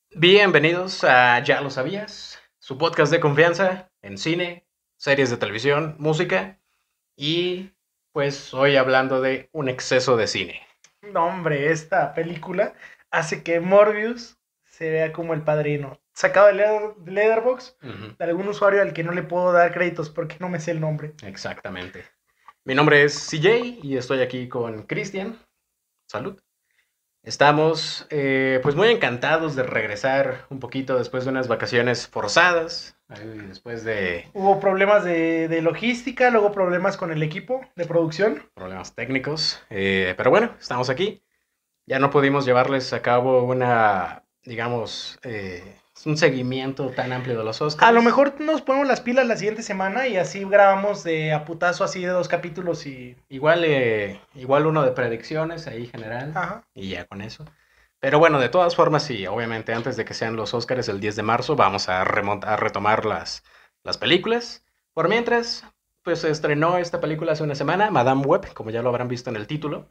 Bienvenidos a Ya lo sabías, su podcast de confianza en cine, series de televisión, música y pues hoy hablando de un exceso de cine. No, hombre, esta película hace que Morbius se vea como el padrino. Sacado de Letterboxd Ujú, de algún usuario al que no le puedo dar créditos porque no me sé el nombre. exactamente. Mi nombre es CJ y estoy aquí con Cristian. Salud. Estamos pues muy encantados de regresar un poquito después de unas vacaciones forzadas, después de Hubo problemas de logística, luego problemas con el equipo de producción. problemas técnicos, pero bueno, estamos aquí. Ya no pudimos llevarles a cabo una, digamos, un seguimiento tan amplio de los A lo Oscars. mejor nos ponemos las pilas la siguiente semana y así grabamos de a putazo así de 2 capítulos y... Igual uno de predicciones ahí general Ajá. y ya con eso. Pero bueno, de todas formas, sí, obviamente antes de que sean los Oscars el 10 de marzo, vamos a retomar las películas. Por mientras, pues se estrenó esta película hace una semana, Madame Web, como ya lo habrán visto en el título.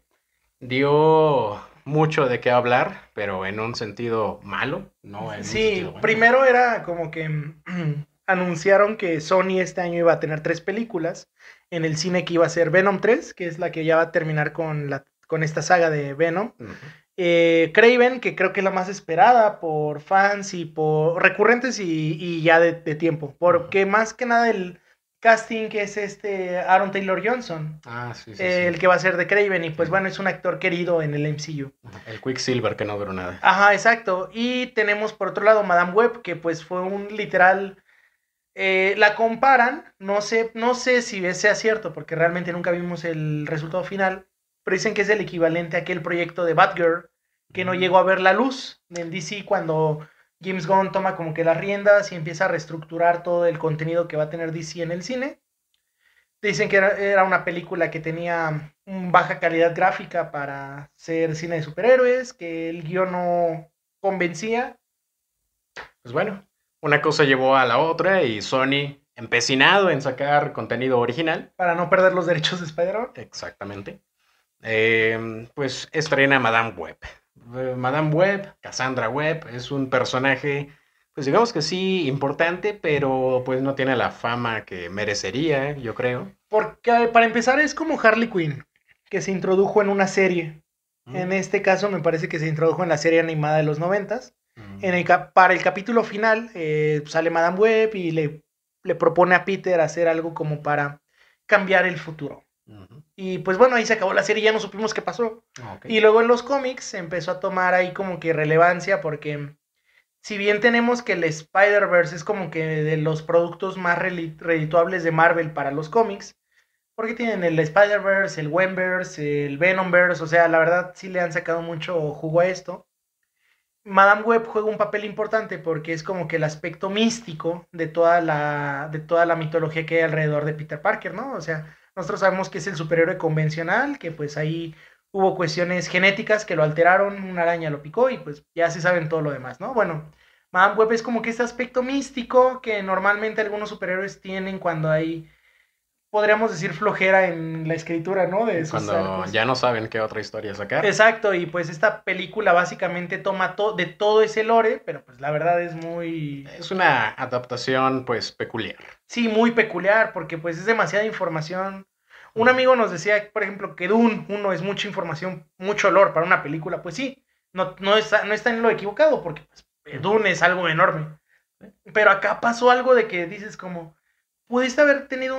Dio mucho de qué hablar, pero en un sentido malo, no en un sentido Sí, bueno. primero era como que anunciaron que Sony este año iba a tener 3 películas en el cine, que iba a ser Venom 3, que es la que ya va a terminar con esta saga de Venom. Ujú. Craven, que creo que es la más esperada por fans y por recurrentes y ya de tiempo, Ujú. porque más que nada el casting que es Aaron Taylor Johnson, Ah, sí, sí, sí. el que va a ser de Craven, y Sí. pues bueno, es un actor querido en el MCU. El Quicksilver que no duró nada. Ajá, exacto. Y tenemos por otro lado Madame Web, que pues fue un literal. La comparan, no sé si sea cierto, porque realmente nunca vimos el resultado final, pero dicen que es el equivalente a aquel proyecto de Batgirl que no Mm. llegó a ver la luz en DC cuando James Gunn toma como que las riendas y empieza a reestructurar todo el contenido que va a tener DC en el cine. Dicen que era una película que tenía baja calidad gráfica para ser cine de superhéroes, que el guión no convencía. Pues bueno, una cosa llevó a la otra y Sony, empecinado en sacar contenido original, Para no perder los derechos de Spider-Man. exactamente, pues estrena Madame Web. Madame Web, Cassandra Webb, es un personaje, pues digamos que sí, importante, pero pues no tiene la fama que merecería, yo creo. Porque para empezar es como Harley Quinn, que se introdujo en una serie. En Mm, este caso me parece que se introdujo en la serie animada de los noventas. mm, Para el capítulo final sale Madame Web y le propone a Peter hacer algo como para cambiar el futuro. ujú. Y pues bueno, ahí se acabó la serie, ya no supimos qué pasó. Ok. Y luego en los cómics empezó a tomar ahí como que relevancia porque si bien tenemos que el Spider-Verse es como que de los productos más redituables de Marvel para los cómics, porque tienen el Spider-Verse, el Wenverse, el Venomverse, o sea, la verdad sí le han sacado mucho jugo a esto. Madame Web juega un papel importante porque es como que el aspecto místico de toda la mitología que hay alrededor de Peter Parker, ¿no? O sea, nosotros sabemos que es el superhéroe convencional, que pues ahí hubo cuestiones genéticas que lo alteraron, una araña lo picó y pues ya se saben todo lo demás, ¿no? Bueno, Madame Web es como que este aspecto místico que normalmente algunos superhéroes tienen cuando hay, podríamos decir, flojera en la escritura, ¿no? De sus Cuando arcos. ya no saben qué otra historia sacar. Exacto, y pues esta película básicamente toma de todo ese lore, pero pues la verdad es muy, Es una adaptación pues peculiar. sí, muy peculiar, porque pues es demasiada información. Un Ujú. amigo nos decía, por ejemplo, que Dune uno es mucha información, mucho lore para una película, pues sí, no está en lo equivocado, porque pues, Ujú. Dune es algo enorme. Pero acá pasó algo de que dices como, pudiste haber tenido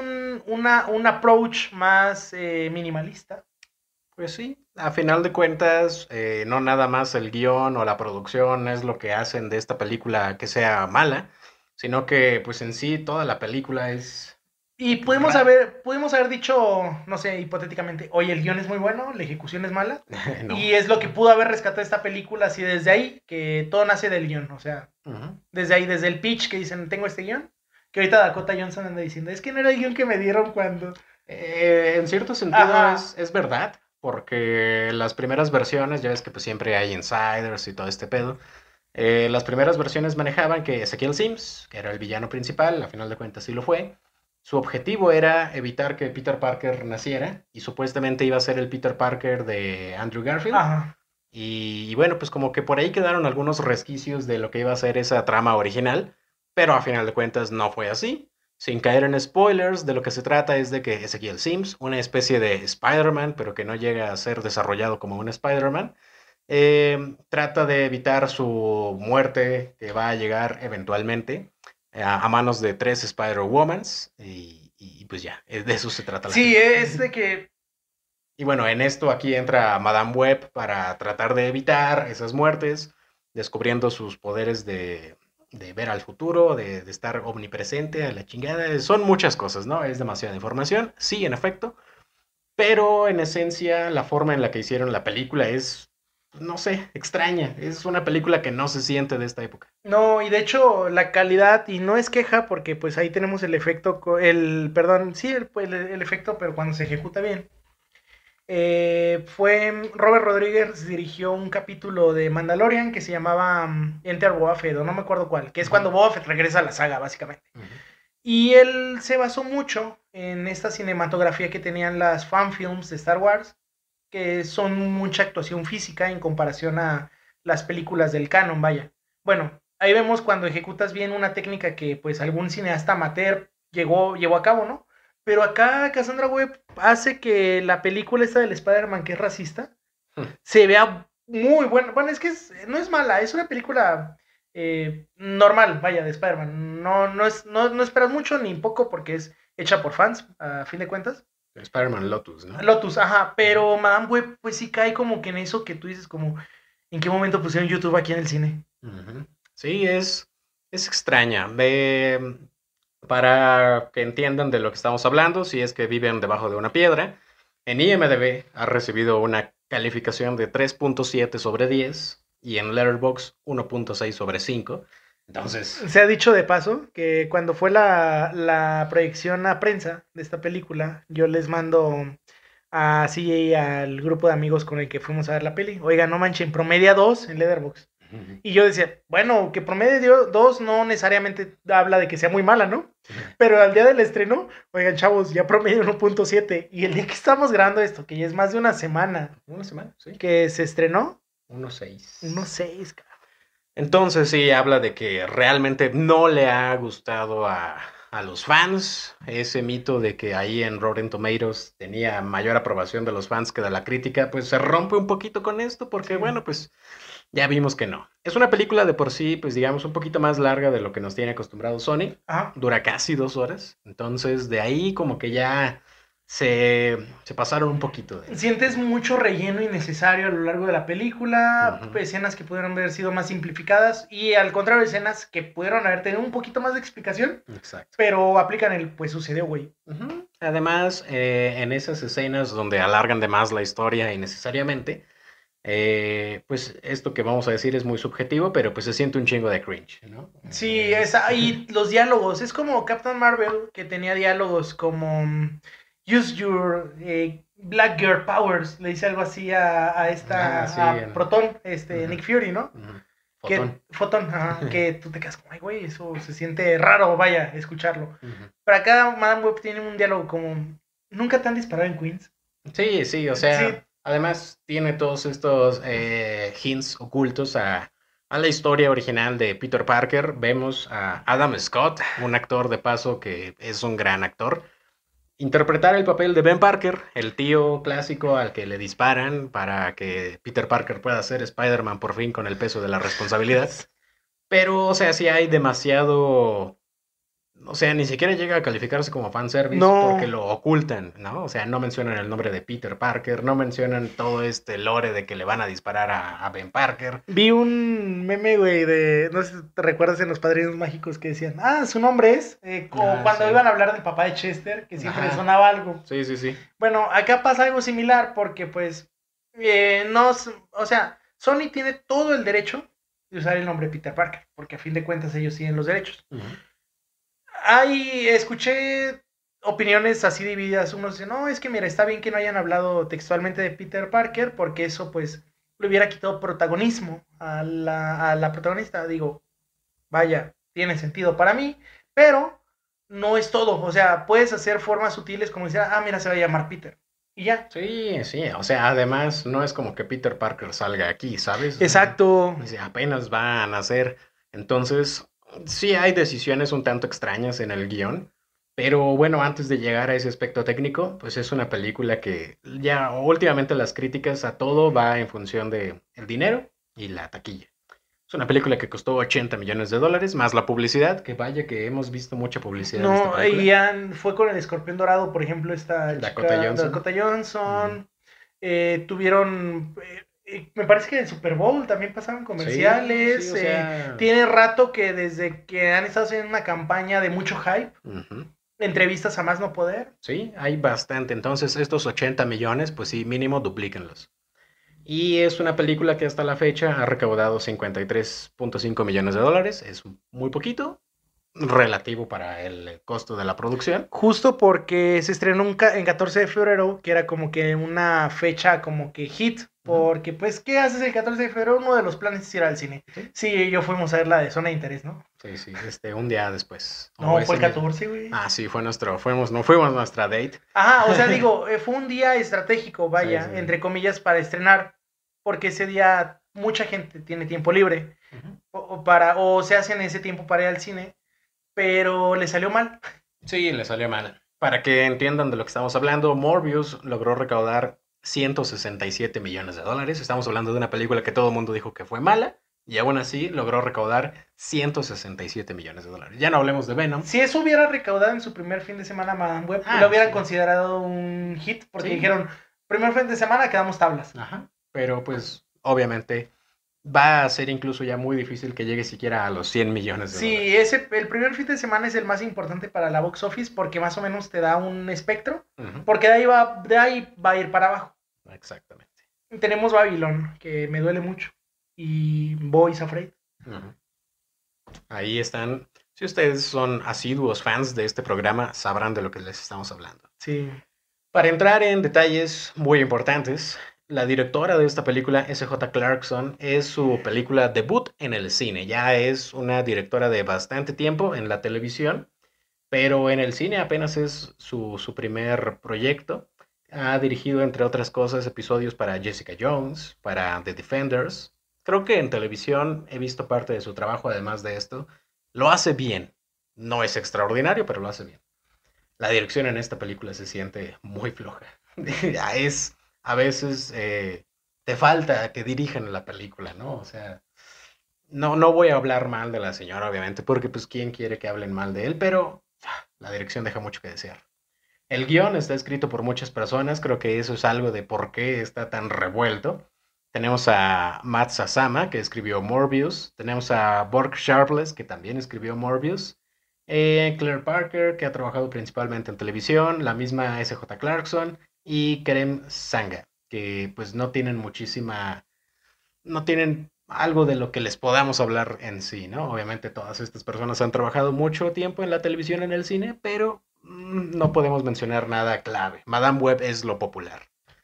un approach más minimalista. Pues sí, a final de cuentas, no nada más el guión o la producción es lo que hacen de esta película que sea mala, sino que pues en sí toda la película es Y rara. pudimos haber dicho, no sé, hipotéticamente, oye, el guión es muy bueno, la ejecución es mala, No. y es lo que pudo haber rescatado esta película, así desde ahí, que todo nace del guión, o sea, Ujú. desde ahí, desde el pitch que dicen, tengo este guión, que ahorita Dakota Johnson anda diciendo, es que no era el guión que me dieron cuando... En cierto sentido Ajá, es verdad, porque las primeras versiones, ya ves que pues siempre hay insiders y todo este pedo. Las primeras versiones manejaban que Ezequiel Sims, que era el villano principal, a final de cuentas sí lo fue, su objetivo era evitar que Peter Parker naciera y supuestamente iba a ser el Peter Parker de Andrew Garfield, ajá, Y bueno, pues como que por ahí quedaron algunos resquicios de lo que iba a ser esa trama original, pero a final de cuentas no fue así. Sin caer en spoilers, de lo que se trata es de que Ezequiel Sims, una especie de Spider-Man, pero que no llega a ser desarrollado como un Spider-Man, trata de evitar su muerte que va a llegar eventualmente a manos de tres Spider-Womans y pues ya, de eso se trata la Sí, película. es de que Y bueno, en esto aquí entra Madame Web para tratar de evitar esas muertes, descubriendo sus poderes de ver al futuro, de estar omnipresente a la chingada. Son muchas cosas, ¿no? Es demasiada información, sí, en efecto, pero en esencia la forma en la que hicieron la película es, no sé, extraña. Es una película que no se siente de esta época. no, y de hecho la calidad, y no es queja porque pues ahí tenemos el efecto, perdón, sí, el efecto, pero cuando se ejecuta bien. Robert Rodríguez dirigió un capítulo de Mandalorian que se llamaba Enter Boba Fett, o no me acuerdo cuál, que es cuando Boba Fett regresa a la saga, básicamente. Uh -huh. Y él se basó mucho en esta cinematografía que tenían las fanfilms de Star Wars, que son mucha actuación física en comparación a las películas del canon, vaya. Bueno, ahí vemos cuando ejecutas bien una técnica que pues algún cineasta amateur llevó a cabo, ¿no? Pero acá Cassandra Webb hace que la película esta del Spider-Man, que es racista, se vea muy buena. Bueno, es que no es mala, es una película normal, vaya, de Spider-Man. No esperas mucho ni poco porque es hecha por fans, a fin de cuentas. Spider-Man Lotus, ¿no? Lotus, ajá, pero Madame Web pues sí cae como que en eso que tú dices como, ¿en qué momento pusieron YouTube aquí en el cine? Sí, es extraña. Para que entiendan de lo que estamos hablando, si es que viven debajo de una piedra, en IMDb ha recibido una calificación de 3.7 sobre 10 y en Letterboxd 1.6 sobre 5. Entonces, Se ha dicho de paso que cuando fue la proyección a prensa de esta película, yo les mando así al grupo de amigos con el que fuimos a ver la peli. Oiga, no manchen, promedia 2 en Letterboxd. Y yo decía, bueno, que promedio 2 no necesariamente habla de que sea muy mala, ¿no? Pero al día del estreno, oigan, chavos, ya promedio 1.7. Y el día que estamos grabando esto, que ya es más de una semana sí. que se estrenó, 1.6. 1.6, cara. Entonces sí, habla de que realmente no le ha gustado a los fans. Ese mito de que ahí en Rotten Tomatoes tenía mayor aprobación de los fans que de la crítica, pues se rompe un poquito con esto porque, Sí. bueno, pues ya vimos que no. Es una película de por sí, pues digamos, un poquito más larga de lo que nos tiene acostumbrado Sony. Ajá. Dura casi 2 horas. Entonces, de ahí como que ya se pasaron un poquito de... Sientes mucho relleno innecesario a lo largo de la película, escenas que pudieron haber sido más simplificadas y al contrario, escenas que pudieron haber tenido un poquito más de explicación. Exacto. Pero aplican el, pues sucedió, güey. Además, en esas escenas donde alargan de más la historia innecesariamente, pues esto que vamos a decir es muy subjetivo, pero pues se siente un chingo de cringe, ¿no? Sí, y los diálogos, es como Captain Marvel, que tenía diálogos como Use your Black Girl Powers, le dice algo así a esta, sí, a Proton, Nick Fury, ¿no? Fotón. Ajá, que tú te quedas como, ay, güey, eso se siente raro, vaya, escucharlo. Pero acá Madame Web tiene un diálogo como, ¿nunca te han disparado en Queens? Sí, o sea, Sí. además tiene todos estos hints ocultos a la historia original de Peter Parker. Vemos a Adam Scott, un actor de paso que es un gran actor, interpretar el papel de Ben Parker, el tío clásico al que le disparan para que Peter Parker pueda ser Spider-Man por fin con el peso de la responsabilidad. Pero, o sea, sí hay demasiado... O sea, ni siquiera llega a calificarse como fanservice No. porque lo ocultan, ¿no? O sea, no mencionan el nombre de Peter Parker, no mencionan todo este lore de que le van a disparar a Ben Parker. Vi un meme, güey, no sé si te recuerdas en Los Padrinos Mágicos que decían, su nombre es, cuando sí. iban a hablar del papá de Chester, que siempre Ajá. sonaba algo. Sí. Bueno, acá pasa algo similar porque pues, o sea, Sony tiene todo el derecho de usar el nombre Peter Parker, porque a fin de cuentas ellos tienen los derechos. Escuché opiniones así divididas. Unos dicen, no, es que mira, está bien que no hayan hablado textualmente de Peter Parker, porque eso pues le hubiera quitado protagonismo a la protagonista. Digo, vaya, tiene sentido para mí, pero no es todo. O sea, puedes hacer formas sutiles como decir, mira, se va a llamar Peter. y ya. Sí, sí, o sea, además no es como que Peter Parker salga aquí, ¿sabes? O sea, Exacto. apenas va a nacer. Entonces, sí hay decisiones un tanto extrañas en el guión, pero bueno, antes de llegar a ese aspecto técnico, pues es una película que ya últimamente las críticas a todo va en función de el dinero y la taquilla. Es una película que costó 80 millones de dólares, más la publicidad, que vaya que hemos visto mucha publicidad de esta No, y película. fue con el Escorpión Dorado, por ejemplo, esta Dakota chica Johnson. Dakota Ujú. Johnson. Tuvieron, me parece que en el Super Bowl también pasaron Sí, sí, comerciales. o sea, Tiene rato que desde que han estado haciendo una campaña de mucho hype, ujú. entrevistas a más no poder. Sí, hay bastante. Entonces, estos 80 millones, pues sí, mínimo duplíquenlos. Y es una película que hasta la fecha ha recaudado 53.5 millones de dólares. Es muy poquito, relativo para el costo de la producción. Justo porque se estrenó en 14 de febrero, que era como que una fecha como que hit. Ujú. Porque, pues, ¿qué haces el 14 de febrero? Uno de los planes es ir al cine. Sí, Sí, yo fuimos a ver la de Zona de Interés, ¿no? sí, sí, un día después. O No, fue ese el mismo. 14, güey. Ah, sí, no fuimos nuestra date. Ajá, o sea, digo, fue un día estratégico, Sí, sí, vaya, sí. entre comillas, para estrenar, porque ese día mucha gente tiene tiempo libre, Ujú. o se hace en ese tiempo para ir al cine, pero le salió mal. Sí, le salió mal. Para que entiendan de lo que estamos hablando, Morbius logró recaudar 167 millones de dólares. Estamos hablando de una película que todo el mundo dijo que fue mala y aún así logró recaudar 167 millones de dólares. Ya no hablemos de Venom. Si eso hubiera recaudado en su primer fin de semana Madame Web, lo Ah, hubieran sí. considerado un hit, porque Sí. dijeron, primer fin de semana quedamos tablas. Ajá. Pero pues obviamente va a ser incluso ya muy difícil que llegue siquiera a los 100 millones de Sí, dólares. el primer fin de semana es el más importante para la box office porque más o menos te da un espectro, Ujú. porque de ahí va a ir para abajo. Exactamente. Tenemos Babylon, que me duele mucho, y Boys Afraid. Ujú. Ahí están. Si ustedes son asiduos fans de este programa, sabrán de lo que les estamos hablando. Sí. Para entrar en detalles muy importantes, la directora de esta película, S.J. Clarkson, es su película debut en el cine. Ya es una directora de bastante tiempo en la televisión, pero en el cine apenas es su primer proyecto. Ha dirigido, entre otras cosas, episodios para Jessica Jones, para The Defenders. Creo que en televisión he visto parte de su trabajo, además de esto. Lo hace bien. No es extraordinario, pero lo hace bien. La dirección en esta película se siente muy floja. Es, a veces te falta que dirijan la película, ¿no? O sea, no voy a hablar mal de la señora, obviamente, porque pues quién quiere que hablen mal de él, pero la dirección deja mucho que desear. El guión está escrito por muchas personas, creo que eso es algo de por qué está tan revuelto. Tenemos a Matt Sazama, que escribió Morbius. Tenemos a Borg Sharpless, que también escribió Morbius. Claire Parker, que ha trabajado principalmente en televisión. La misma S.J. Clarkson. Y Kerem Sanga, que pues no tienen muchísima... No tienen algo de lo que les podamos hablar en sí, ¿no? Obviamente todas estas personas han trabajado mucho tiempo en la televisión, en el cine, pero no podemos mencionar nada clave. Madame Web es lo popular.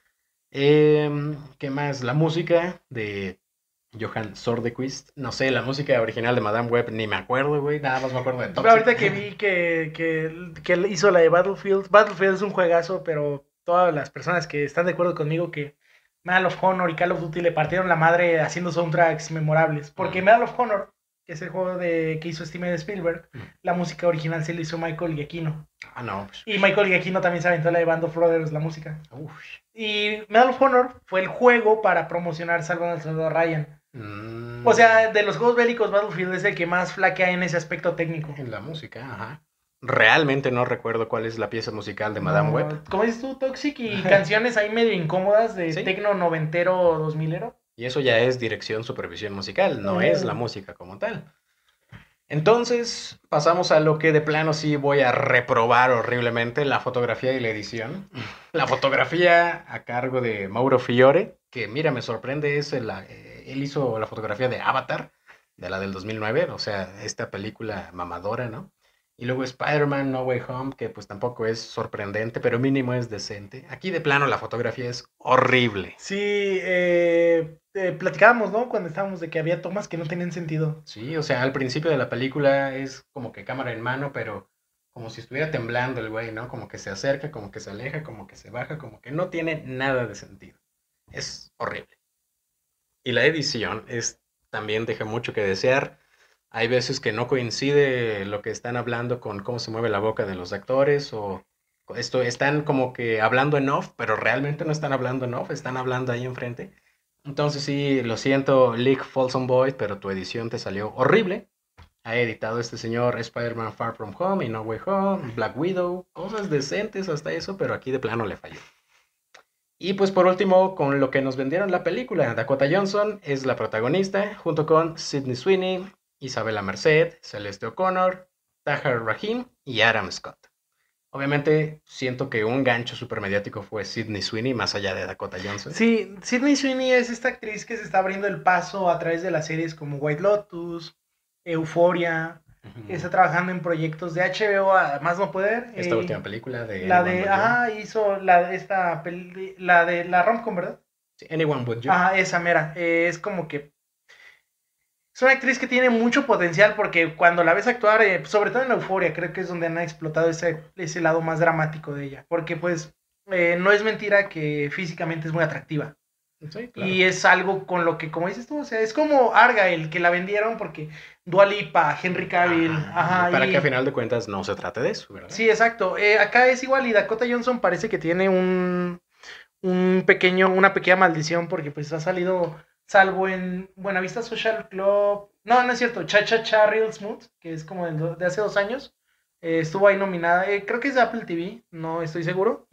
¿Qué más? La música de Johann Sordequist. No sé, la música original de Madame Web ni me acuerdo, güey. Nada más me acuerdo de Toxic. Ahorita que vi que hizo la de Battlefield, Battlefield es un juegazo, pero todas las personas que están de acuerdo conmigo que Medal of Honor y Call of Duty le partieron la madre haciendo soundtracks memorables. Porque Medal of Honor, que es el juego que hizo Steven Spielberg, la música original se la hizo Michael Giacchino. Ah, no. Pues, Y Michael Giacchino también se aventó la de Band of Brothers, la música. uf. Y Medal of Honor fue el juego para promocionar Salvan al Soldado Ryan. Mm, O sea, de los juegos bélicos, Battlefield es el que más flaquea en ese aspecto técnico. en la música, ajá. Realmente no recuerdo cuál es la pieza musical de Madame Web. No, como dices tú, Toxic y canciones ahí medio incómodas de Sí. tecno noventero, 2000ero. Y eso ya es dirección, supervisión musical, no es la música como tal. Entonces, pasamos a lo que de plano sí voy a reprobar horriblemente, la fotografía y la edición. La fotografía a cargo de Mauro Fiore, que mira, me sorprende, él hizo la fotografía de Avatar, de la del 2009, o sea, esta película mamadora, ¿no? Y luego Spider-Man No Way Home, que pues tampoco es sorprendente, pero mínimo es decente. Aquí de plano la fotografía es horrible. Sí, platicábamos, ¿no? Cuando estábamos de que había tomas que no tenían sentido. Sí, o sea, al principio de la película es como que cámara en mano, pero como si estuviera temblando el güey, ¿no? Como que se acerca, como que se aleja, como que se baja, como que no tiene nada de sentido. Es horrible. Y la edición es también deja mucho que desear. Hay veces que no coincide lo que están hablando con cómo se mueve la boca de los actores o esto están como que hablando en off, pero realmente no están hablando en off, están hablando ahí enfrente. Entonces sí, lo siento, League Folsom Boys, pero tu edición te salió horrible. Ha editado este señor Spider-Man Far From Home y No Way Home, Black Widow, cosas decentes hasta eso, pero aquí de plano le falló. Y pues por último, con lo que nos vendieron la película, Dakota Johnson es la protagonista, junto con Sydney Sweeney, Isabella Merced, Celeste O'Connor, Tahar Rahim y Adam Scott. Obviamente siento que un gancho super mediático fue Sydney Sweeney, más allá de Dakota Johnson. Sí, Sydney Sweeney es esta actriz que se está abriendo el paso a través de las series como White Lotus, Euphoria. Está trabajando en proyectos de HBO a más no poder. Esta última película de la Anyone de, But ajá, You. hizo la de la romcom, ¿verdad? Sí, Anyone But You. Ajá, esa mera. Es como que es una actriz que tiene mucho potencial porque cuando la ves actuar, sobre todo en Euphoria, creo que es donde han explotado ese lado más dramático de ella. Porque pues no es mentira que físicamente es muy atractiva. Sí, claro. Y es algo con lo que, como dices tú, o sea, es como Argyle, que la vendieron porque Dua Lipa, Henry Cavill, ajá. Para que a final de cuentas no se trate de eso, ¿verdad? Sí, exacto. Acá es igual y Dakota Johnson parece que tiene una pequeña maldición porque pues ha salido, salvo en Buenavista Social Club, no es cierto, Cha Cha Cha Real Smooth, que es como de hace 2 años, estuvo ahí nominada, creo que es de Apple TV, no estoy seguro.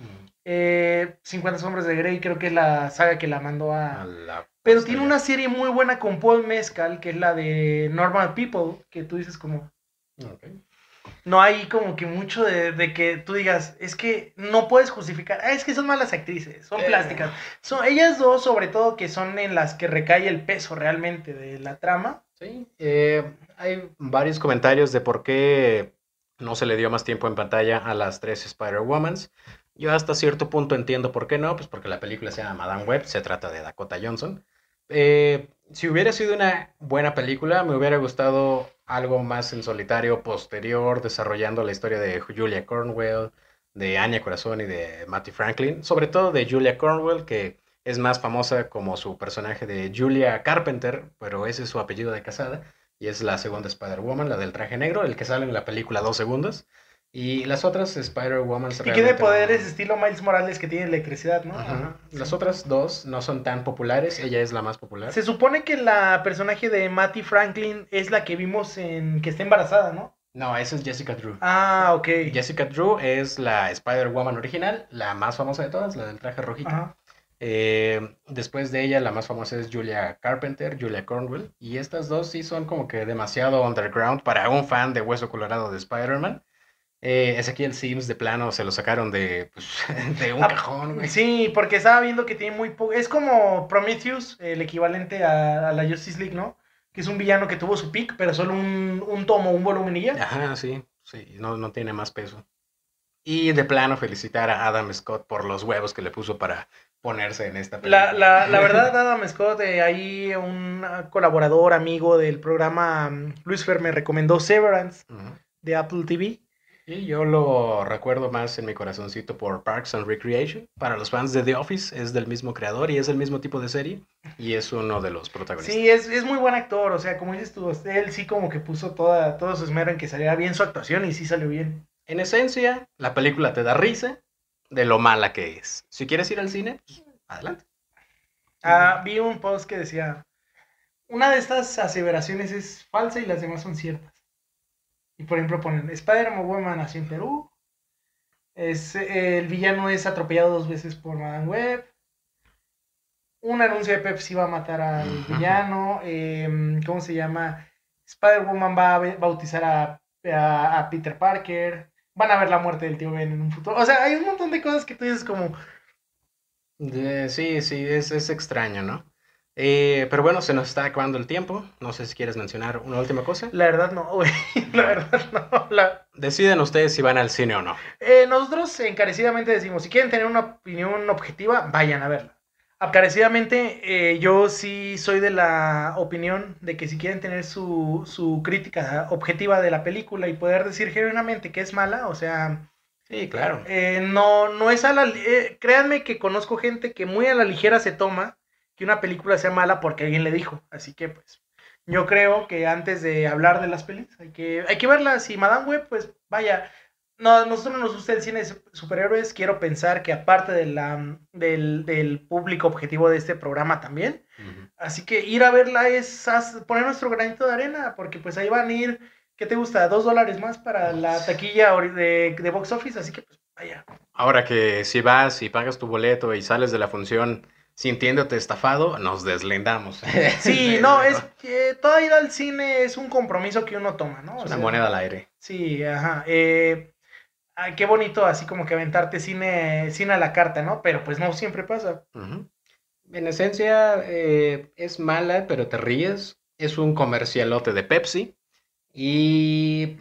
50 Sombras de Grey, creo que es la saga que la mandó a... Pero tiene una serie muy buena con Paul Mescal, que es la de Normal People, que tú dices como... Okay. No hay como que mucho de que tú digas, es que no puedes justificar, es que son malas actrices, son plásticas. Son ellas dos, sobre todo, que son en las que recae el peso realmente de la trama. Sí, hay varios comentarios de por qué no se le dio más tiempo en pantalla a las 3 Spider-Womans. Yo hasta cierto punto entiendo por qué no, pues porque la película se llama Madame Web, se trata de Dakota Johnson. Si hubiera sido una buena película, me hubiera gustado algo más en solitario posterior, desarrollando la historia de Julia Cornwell, de Anya Corazón y de Matty Franklin, sobre todo de Julia Cornwell, que es más famosa como su personaje de Julia Carpenter, pero ese es su apellido de casada, y es la segunda Spider-Woman, la del traje negro, el que sale en la película 2 segundos. Y las otras Spider-Woman... Y que de poderes no... estilo Miles Morales que tiene electricidad, ¿no? Ajá. Las otras dos no son tan populares, ella es la más popular. Se supone que la personaje de Matty Franklin es la que vimos en que está embarazada, ¿no? No, esa es Jessica Drew. Ah, ok. Jessica Drew es la Spider-Woman original, la más famosa de todas, la del traje rojito. Ajá. Después de ella, la más famosa es Julia Carpenter, Julia Cornwell. Y estas dos sí son como que demasiado underground para un fan de Hueso Colorado de Spider-Man. Ezequiel Sims de plano se lo sacaron de un cajón, güey. Sí, porque estaba viendo que tiene muy poco. Es como Prometheus, el equivalente a la Justice League, ¿no? Que es un villano que tuvo su pick, pero solo un tomo, un volumen y ya. Ajá, sí, no tiene más peso. Y de plano felicitar a Adam Scott por los huevos que le puso para ponerse en esta película. La verdad, Adam Scott, ahí un colaborador, amigo del programa, Luis Fer, me recomendó Severance de Apple TV. Y yo lo recuerdo más en mi corazoncito por Parks and Recreation. Para los fans de The Office es del mismo creador y es el mismo tipo de serie. Y es uno de los protagonistas. Sí, es muy buen actor. O sea, como dices tú, él sí como que puso todo su esmero en que saliera bien su actuación y sí salió bien. En esencia, la película te da risa de lo mala que es. Si quieres ir al cine, pues adelante. Vi un post que decía, una de estas aseveraciones es falsa y las demás son ciertas. Y por ejemplo ponen, Spider-Woman nació en Perú, el villano es atropellado 2 veces por Madame Web, un anuncio de Pepsi va a matar al villano, ¿cómo se llama? Spider-Woman va a bautizar a Peter Parker, van a ver la muerte del tío Ben en un futuro. O sea, hay un montón de cosas que tú dices como... Sí, es extraño, ¿no? Pero bueno, se nos está acabando el tiempo. No sé si quieres mencionar una última cosa. La verdad no, güey. La verdad no. Deciden ustedes si van al cine o no. Nosotros encarecidamente decimos, si quieren tener una opinión objetiva, vayan a verla. Acarecidamente, yo sí soy de la opinión de que si quieren tener su crítica objetiva de la película y poder decir genuinamente que es mala, o sea, Sí, claro. no es créanme que conozco gente que muy a la ligera se toma que una película sea mala porque alguien le dijo. Así que, pues, yo creo que antes de hablar de las pelis, hay que verlas. Y Madame Web, pues, vaya, no, nosotros no nos gusta el cine de superhéroes. Quiero pensar que aparte del público objetivo de este programa también. Ujú. Así que ir a verla es poner nuestro granito de arena, porque pues ahí van a ir, ¿qué te gusta? $2 más para la taquilla de box office, así que pues vaya. Ahora que si vas y pagas tu boleto y sales de la función sintiéndote estafado, nos deslindamos. Sí, no, es que toda ida al cine es un compromiso que uno toma, ¿no? Es O una sea, moneda al aire. sí, ajá. Ay, qué bonito así como que aventarte cine a la carta, ¿no? Pero pues no siempre pasa. Ujú. En esencia, es mala, pero te ríes. Es un comercialote de Pepsi. Y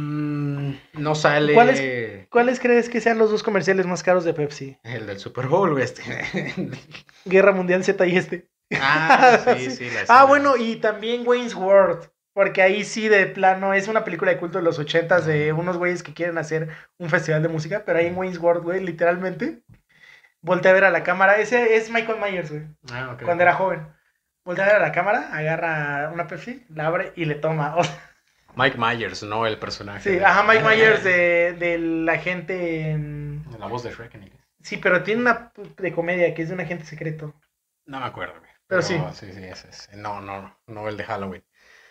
no ¿Cuáles, sale ¿Cuáles crees que sean los dos comerciales más caros de Pepsi? el del Super Bowl, este. Guerra Mundial Z y este. Ah, sí, Sí. sí, la Ah, escena. bueno, y también Wayne's World, porque ahí sí de plano es una película de culto de los 80s de unos güeyes que quieren hacer un festival de música, pero ahí en Wayne's World, güey, literalmente, voltea a ver a la cámara, ese es Michael Myers, güey, Ah, ok, cuando ok. era joven. Voltea a ver a la cámara, agarra una Pepsi, la abre y le toma. O sea, Mike Myers, no el personaje sí, de... ajá, Mike Myers del agente... La voz de Shrek en inglés. Sí, pero tiene una de comedia que es de un agente secreto. No me acuerdo, güey. Pero sí, Pero sí, sí, ese es. No, no, no el de Halloween.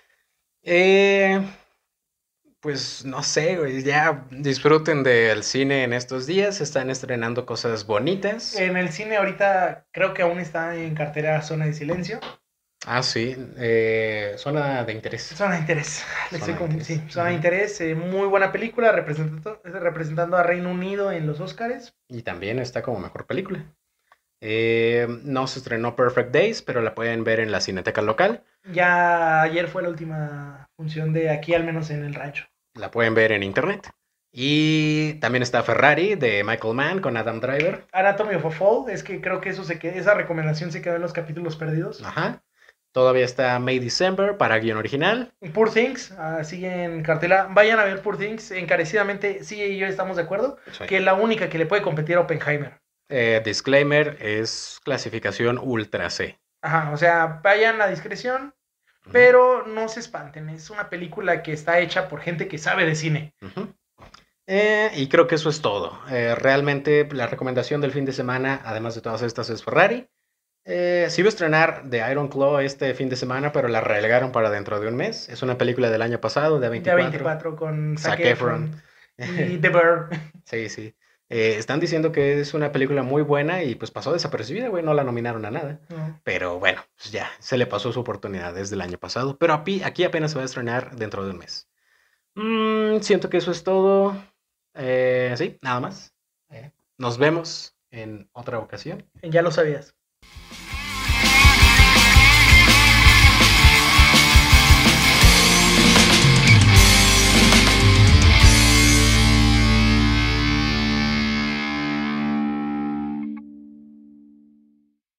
Eh, pues no sé, güey. Ya disfruten del cine en estos días. Están estrenando cosas bonitas. en el cine ahorita creo que aún está en cartera Zona de Silencio. Ah, sí. Zona de interés. Zona de interés. Zona de interés. Sí, zona de interés. Muy buena película representando a Reino Unido en los Oscars. Y también está como mejor película. No se estrenó Perfect Days, pero la pueden ver en la Cineteca local. Ya ayer fue la última función de aquí, al menos en el rancho. La pueden ver en internet. Y también está Ferrari de Michael Mann con Adam Driver. Anatomy of a Fall, es que creo que esa recomendación se quedó en los capítulos perdidos. Ajá. Todavía está May December para guión original. Poor Things, sigue en cartela. Vayan a ver Poor Things, encarecidamente, sí y yo estamos de acuerdo, Sí. que es la única que le puede competir a Oppenheimer. Disclaimer, es clasificación ultra C. Ajá, o sea, vayan a discreción, Ujú, pero no se espanten, es una película que está hecha por gente que sabe de cine. ujú. Y creo que eso es todo. Realmente la recomendación del fin de semana, además de todas estas, es Ferrari. Sí iba a estrenar The Iron Claw este fin de semana, pero la relegaron para dentro de un mes. Es una película del año pasado, de De 24. 24 con Zac Zac Efron Efron. y The Bear. Sí, sí. Están diciendo que es una película muy buena y pues pasó desapercibida, güey, no la nominaron a nada. No. Pero bueno, pues ya, se le pasó su oportunidad desde el año pasado. Pero aquí apenas se va a estrenar dentro de un mes. Siento que eso es todo. Sí, nada más. Nos vemos en otra ocasión. Ya lo sabías.